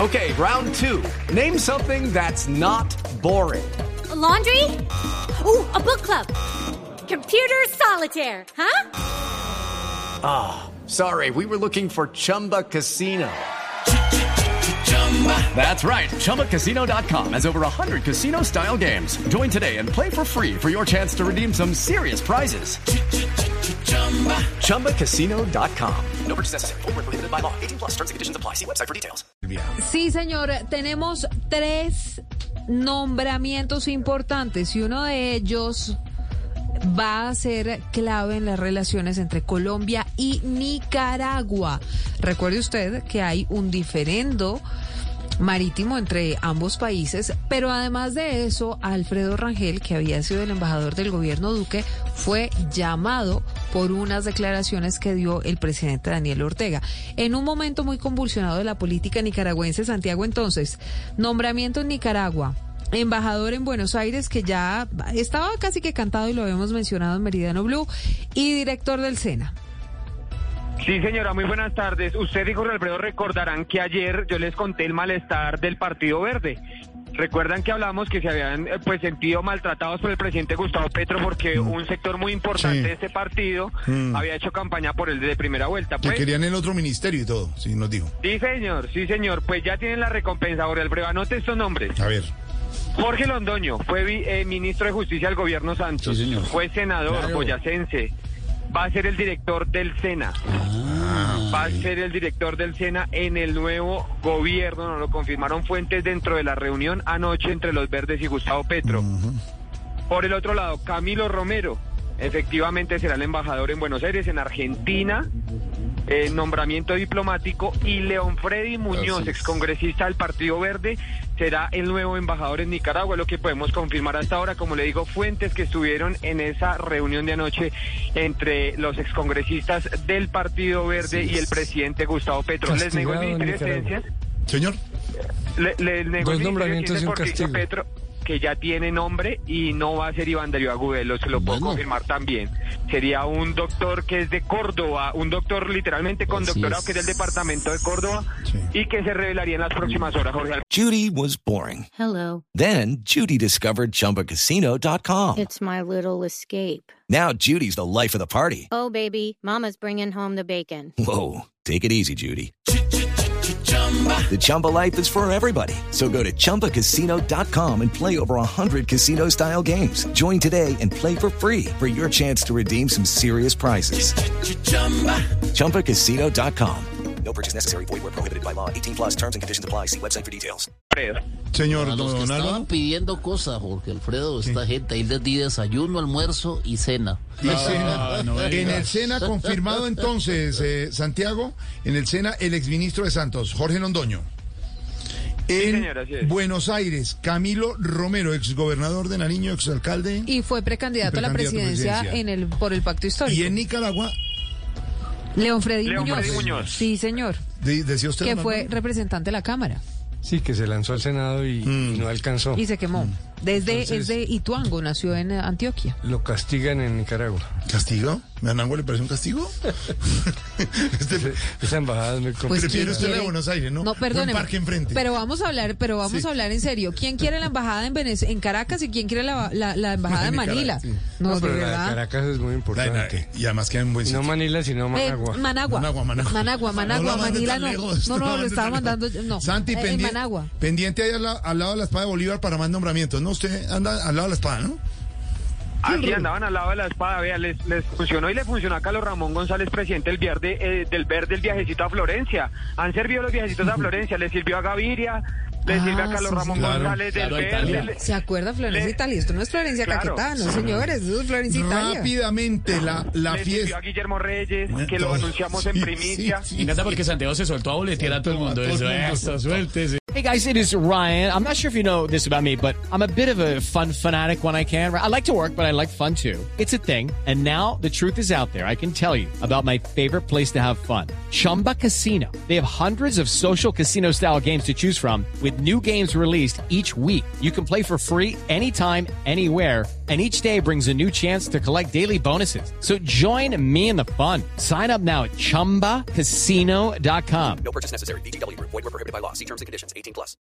Okay, round two. Name something that's not boring. A laundry? Ooh, a book club. Computer solitaire, huh? Ah, sorry, we were looking for Chumba Casino. That's right, ChumbaCasino.com has over 100 casino-style games. Join today and play for free for your chance to redeem some serious prizes. ChumbaCasino.com. No purchase necessary. Void where prohibited by law. 18+ terms and conditions apply. See website for details. Sí, señor, tenemos 3 nombramientos importantes y uno de ellos va a ser clave en las relaciones entre Colombia y Nicaragua. Recuerde usted que hay un diferendo marítimo entre ambos países, pero además de eso, Alfredo Rangel, que había sido el embajador del gobierno Duque, fue llamado por unas declaraciones que dio el presidente Daniel Ortega. En un momento muy convulsionado de la política nicaragüense, Santiago, entonces, nombramiento en Nicaragua. Embajador en Buenos Aires, que ya estaba casi que cantado y lo habíamos mencionado en Meridiano Blue, y director del SENA. Sí, señora, muy buenas tardes. Usted y Jorge Alfredo recordarán que ayer yo les conté el malestar del Partido Verde. Recuerdan que hablamos que se habían sentido maltratados por el presidente Gustavo Petro porque un sector muy importante de este partido había hecho campaña por él de primera vuelta. Que querían el otro ministerio y todo, sí, nos dijo. Sí, señor, pues ya tienen la recompensa, Jorge Alfredo. Anote estos nombres. A ver. Jorge Londoño fue ministro de Justicia del gobierno Santos. Sí, señor. Fue senador boyacense. Va a ser el director del SENA. Va a ser el director del SENA en el nuevo gobierno. Nos lo confirmaron fuentes dentro de la reunión anoche entre los Verdes y Gustavo Petro. Por el otro lado, Camilo Romero. Efectivamente será el embajador en Buenos Aires, en Argentina. Nombramiento diplomático. Y León Freddy Muñoz, excongresista del Partido Verde, será el nuevo embajador en Nicaragua, lo que podemos confirmar hasta ahora, como le digo, fuentes que estuvieron en esa reunión de anoche entre los excongresistas del Partido Verde y el presidente Gustavo Petro. Les negó el Ministerio de Ciencias. Señor. Les negó el Ministerio de Ciencias porque dijo Petro que ya tiene nombre y no va a ser Iván Darío Agudelo, se lo puedo confirmar también. Sería un doctor que es de Córdoba, un doctor literalmente con doctorado que es del departamento de Córdoba y que se revelaría en las próximas horas, Jorge. Judy was boring. Hello. Then Judy discovered ChumbaCasino.com. It's my little escape. Now Judy's the life of the party. Oh, baby, mama's bringing home the bacon. Whoa, take it easy, Judy. The Chumba life is for everybody. So go to ChumbaCasino.com and play over 100 casino-style games. Join today and play for free for your chance to redeem some serious prizes. ChumbaCasino.com. No purchase necessary. Void where prohibited by law. 18+ terms and conditions apply. See website for details. Señor a los que Donaldo. estaban pidiendo cosas, Jorge Alfredo, esta gente, ahí les di desayuno, almuerzo y cena. En el SENA confirmado entonces, Santiago, en el SENA el exministro de Santos, Jorge Londoño. En señor, así es. Buenos Aires, Camilo Romero, exgobernador de Nariño, exalcalde. Y fue precandidato a la presidencia por el Pacto Histórico. Y en Nicaragua, León Freddy Muñoz. Sí, señor. Decía usted, Que fue representante de la Cámara. Sí, que se lanzó al Senado y no alcanzó. Y se quemó. Es de Ituango, nació en Antioquia. Lo castigan en Nicaragua. ¿Castigo? ¿A Nango le parece un castigo? Esa embajada es muy complicada. Pues, prefiere usted la de Buenos Aires, ¿no? No, perdóneme. Un parque enfrente. Pero vamos a hablar en serio. ¿Quién quiere la embajada en Caracas y quién quiere la embajada en Manila? Sí. No, pero de la de verdad. Caracas es muy importante. Y además queda en buen sitio. No Manila, sino Managua. Managua. Manila no. No, lo estaba mandando. No, Santi, Managua. Pendiente ahí al lado de la espada de Bolívar para más nombramientos, ¿no? Usted anda al lado de la espada, ¿no? Aquí andaban al lado de la espada, vea, les funcionó y le funcionó a Carlos Ramón González, presidente del Verde, el viajecito a Florencia. Han servido los viajecitos a Florencia, le sirvió a Gaviria, le sirve a Carlos Ramón González del Verde. ¿Se acuerda Florencia Italia? Esto no es Florencia Caquetá, no señores, eso es Florencia Italia. Rápidamente la le fiesta. sirvió a Guillermo Reyes, que lo anunciamos en primicia. Me encanta porque Santiago se soltó a boletear a todo el mundo. Suéltese. guys, it is Ryan. I'm not sure if you know this about me, but I'm a bit of a fun fanatic when I can. I like to work, but I like fun too. It's a thing. And now the truth is out there. I can tell you about my favorite place to have fun. Chumba Casino. They have hundreds of social casino style games to choose from with new games released each week. You can play for free anytime, anywhere. And each day brings a new chance to collect daily bonuses. So join me in the fun. Sign up now at ChumbaCasino.com. No purchase necessary. VGW Group. Void where prohibited by law. See terms and conditions. 18+.